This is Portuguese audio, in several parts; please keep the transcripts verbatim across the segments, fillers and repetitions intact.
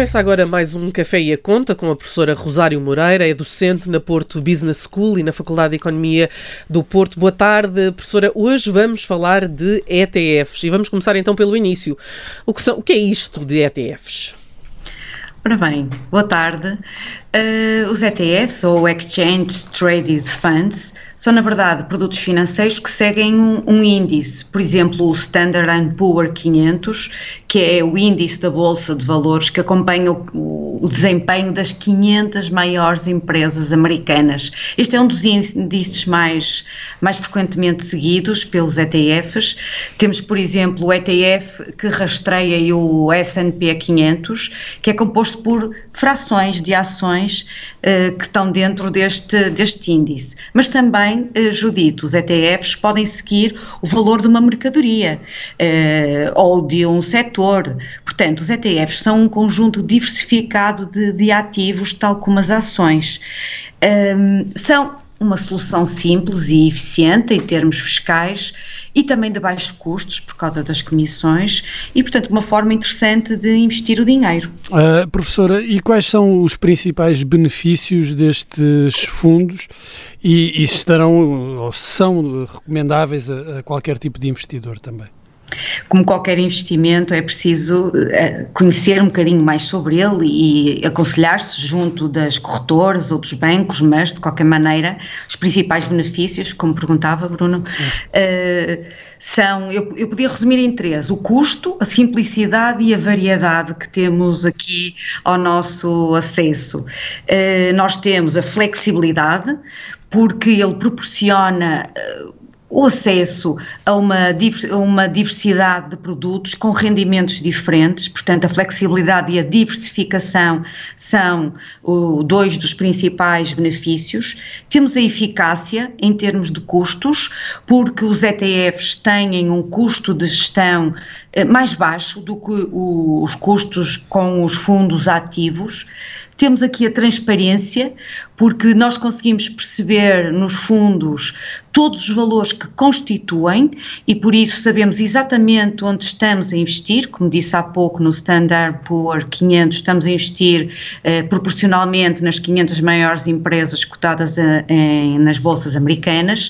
Começa agora mais um Café e a Conta com a professora Rosário Moreira, é docente na Porto Business School e na Faculdade de Economia do Porto. Boa tarde, professora. Hoje vamos falar de E T Fs e vamos começar então pelo início. O que, são, o que é isto de E T Fs? Ora bem, boa tarde. Uh, os E T Fs, ou Exchange Traded Funds, são na verdade produtos financeiros que seguem um, um índice, por exemplo o Standard and Poor's quinhentos, que é o índice da Bolsa de Valores que acompanha o, o desempenho das quinhentas maiores empresas americanas. Este é um dos índices mais, mais frequentemente seguidos pelos E T Fs. Temos, por exemplo, o E T F que rastreia o S and P quinhentos, que é composto por frações de ações Uh, que estão dentro deste, deste índice. Mas também, uh, Judito, os E T Fs podem seguir o valor de uma mercadoria uh, ou de um setor. Portanto, os E T Fs são um conjunto diversificado de, de ativos, tal como as ações. Um, são uma solução simples e eficiente em termos fiscais e também de baixos custos por causa das comissões e, portanto, uma forma interessante de investir o dinheiro. Uh, professora, e quais são os principais benefícios destes fundos e, e se estarão ou são recomendáveis a, a qualquer tipo de investidor também? Como qualquer investimento, é preciso uh, conhecer um bocadinho mais sobre ele e aconselhar-se junto das corretoras ou dos bancos, mas, de qualquer maneira, os principais benefícios, como perguntava Bruno, uh, são, eu, eu podia resumir em três: o custo, a simplicidade e a variedade que temos aqui ao nosso acesso. Uh, nós temos a flexibilidade, porque ele proporciona uh, o acesso a uma, a uma diversidade de produtos com rendimentos diferentes, portanto a flexibilidade e a diversificação são o, dois dos principais benefícios. Temos a eficácia em termos de custos, porque os E T Fs têm um custo de gestão eh, mais baixo do que o, os custos com os fundos ativos. Temos aqui a transparência, porque nós conseguimos perceber nos fundos todos os valores que constituem e por isso sabemos exatamente onde estamos a investir. Como disse há pouco, no Standard Poor's quinhentos estamos a investir eh, proporcionalmente nas quinhentas maiores empresas cotadas a, em, nas bolsas americanas.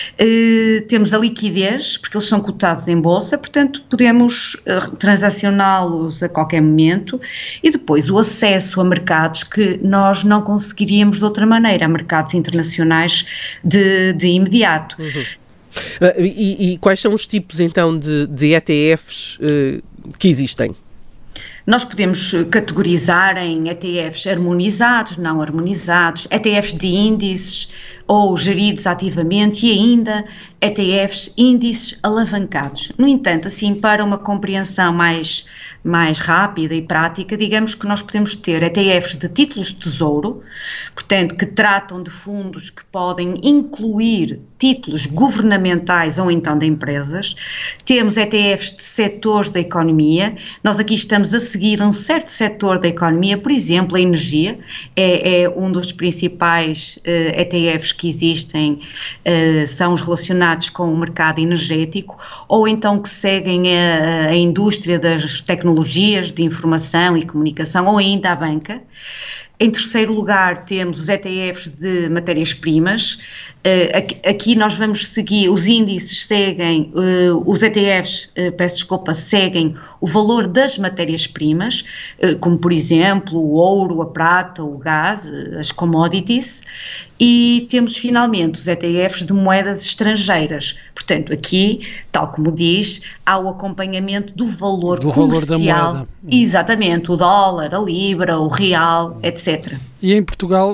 Eh, temos a liquidez, porque eles são cotados em bolsa, portanto podemos eh, transacioná-los a qualquer momento, e depois o acesso a mercados que nós não conseguiríamos de outra maneira, a mercados internacionais de, de imediato. Uhum. Uh, e, e quais são os tipos então de, de E T Fs uh, que existem? Nós podemos categorizar em E T Fs harmonizados, não harmonizados, E T Fs de índices ou geridos ativamente e ainda E T Fs índices alavancados. No entanto, assim, para uma compreensão mais, mais rápida e prática, digamos que nós podemos ter E T Fs de títulos de tesouro, portanto, que tratam de fundos que podem incluir títulos governamentais ou então de empresas. Temos E T Fs de setores da economia. Nós aqui estamos a seguir um certo setor da economia, por exemplo, a energia é, é um dos principais uh, E T Fs que existem, uh, são os relacionados com o mercado energético, ou então que seguem a, a indústria das tecnologias de informação e comunicação, ou ainda a banca. Em terceiro lugar, temos os E T Fs de matérias-primas. Uh, aqui nós vamos seguir, os índices seguem, uh, os E T Fs, uh, peço desculpa, seguem o valor das matérias-primas, uh, como por exemplo o ouro, a prata, o gás, uh, as commodities. E temos finalmente os E T Fs de moedas estrangeiras. Portanto, aqui, tal como diz, há o acompanhamento do valor do comercial. Valor da moeda. Exatamente, o dólar, a libra, o real, etcétera. E em Portugal,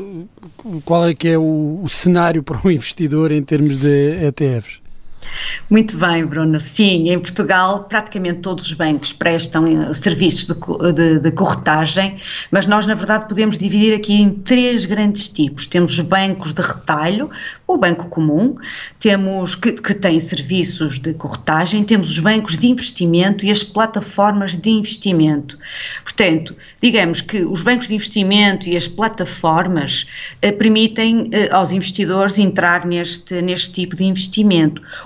qual é que é o cenário para o investidor em termos de E T Fs? Muito bem, Bruno. Sim, em Portugal praticamente todos os bancos prestam serviços de, de, de corretagem, mas nós na verdade podemos dividir aqui em três grandes tipos. Temos os bancos de retalho, o banco comum, temos que, que têm serviços de corretagem, temos os bancos de investimento e as plataformas de investimento. Portanto, digamos que os bancos de investimento e as plataformas eh, permitem eh, aos investidores entrar neste, neste tipo de investimento.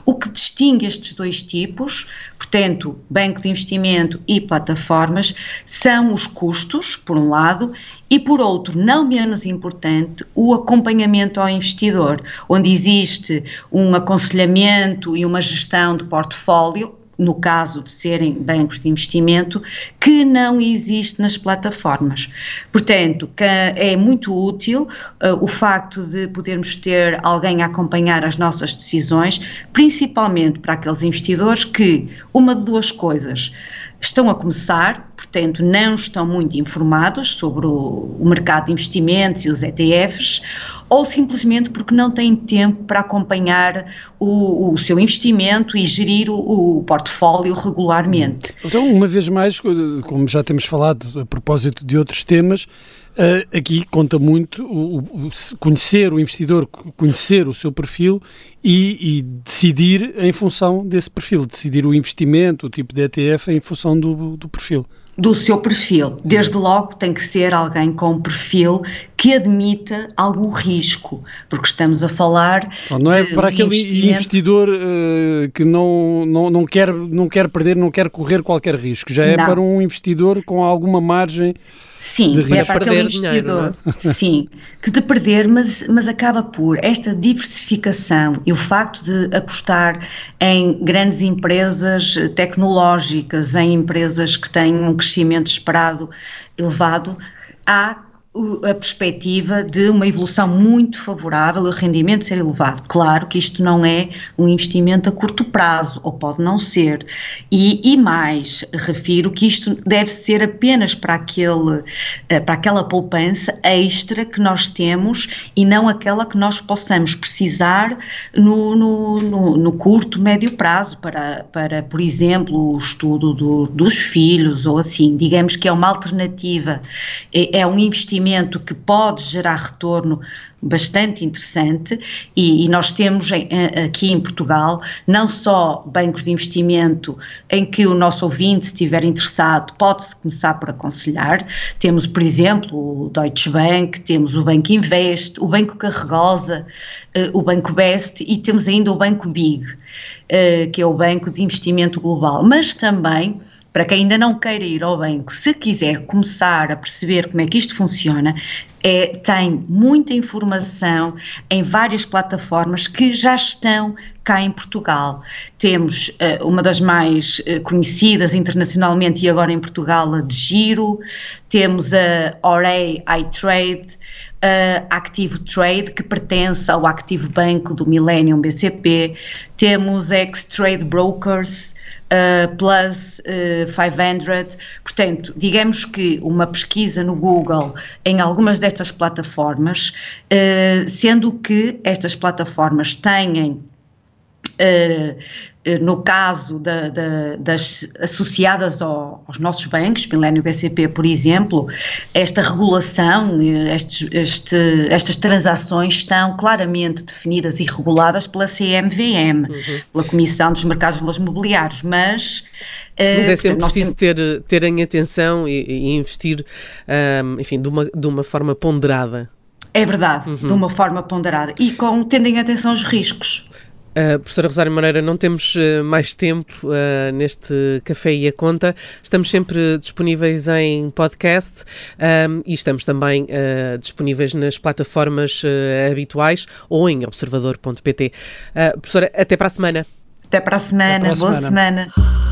O que distingue estes dois tipos, portanto, banco de investimento e plataformas, são os custos, por um lado, e por outro, não menos importante, o acompanhamento ao investidor, onde existe um aconselhamento e uma gestão de portfólio, no caso de serem bancos de investimento, que não existe nas plataformas. Portanto, que é muito útil uh, o facto de podermos ter alguém a acompanhar as nossas decisões, principalmente para aqueles investidores que, uma de duas coisas, estão a começar, portanto não estão muito informados sobre o, o mercado de investimentos e os E T Fs, ou simplesmente porque não têm tempo para acompanhar o, o seu investimento e gerir o, o portfólio regularmente. Então, uma vez mais, como já temos falado a propósito de outros temas, Uh, aqui conta muito o, o, conhecer o investidor, conhecer o seu perfil e, e decidir em função desse perfil, decidir o investimento, o tipo de E T F em função do, do perfil. Do seu perfil. Desde logo tem que ser alguém com um perfil que admita algum risco, porque estamos a falar... Não é para aquele investidor uh, que não, não, não, quer, não quer perder, não quer correr qualquer risco, já é não. Para um investidor com alguma margem... Sim, é para aquele investidor, dinheiro, não é? Sim, que de perder, mas, mas acaba por esta diversificação e o facto de apostar em grandes empresas tecnológicas, em empresas que têm um crescimento esperado elevado, há a perspectiva de uma evolução muito favorável, o rendimento ser elevado. Claro que isto não é um investimento a curto prazo, ou pode não ser, e, e mais, refiro que isto deve ser apenas para, aquele, para aquela poupança extra que nós temos e não aquela que nós possamos precisar no, no, no, no curto, médio prazo, para, para, por exemplo, o estudo do, dos filhos, ou assim, digamos que é uma alternativa, é, é um investimento que pode gerar retorno bastante interessante e, e nós temos em, aqui em Portugal não só bancos de investimento em que o nosso ouvinte, se estiver interessado, pode-se começar por aconselhar. Temos, por exemplo, o Deutsche Bank, temos o Banco Invest, o Banco Carregosa, uh, o Banco Best e temos ainda o Banco Big, uh, que é o Banco de Investimento Global, mas também... Para quem ainda não queira ir ao banco, se quiser começar a perceber como é que isto funciona, é, tem muita informação em várias plataformas que já estão cá em Portugal. Temos uh, uma das mais uh, conhecidas internacionalmente e agora em Portugal, a DEGIRO, temos a Orei iTrade, Uh, Active Trade, que pertence ao Active Banco do Millennium B C P, temos X-Trade Brokers, uh, Plus uh, quinhentos, portanto, digamos que uma pesquisa no Google em algumas destas plataformas, uh, sendo que estas plataformas têm Uh, no caso da, da, das associadas ao, aos nossos bancos, Millennium B C P, por exemplo, esta regulação, estes, este, estas transações estão claramente definidas e reguladas pela C M V M, uhum. pela Comissão dos Mercados Imobiliários, mas... Uh, mas é sempre preciso ter, terem atenção e, e investir, um, enfim, de uma, de uma forma ponderada. É verdade, uhum. de uma forma ponderada e com, tendo em atenção os riscos. Uh, professora Rosário Moreira, não temos uh, mais tempo uh, neste Café e a Conta. Estamos sempre disponíveis em podcast um, e estamos também uh, disponíveis nas plataformas uh, habituais ou em observador ponto pt. Uh, professora, até para a semana. Até para a semana. Até para a Boa semana. semana.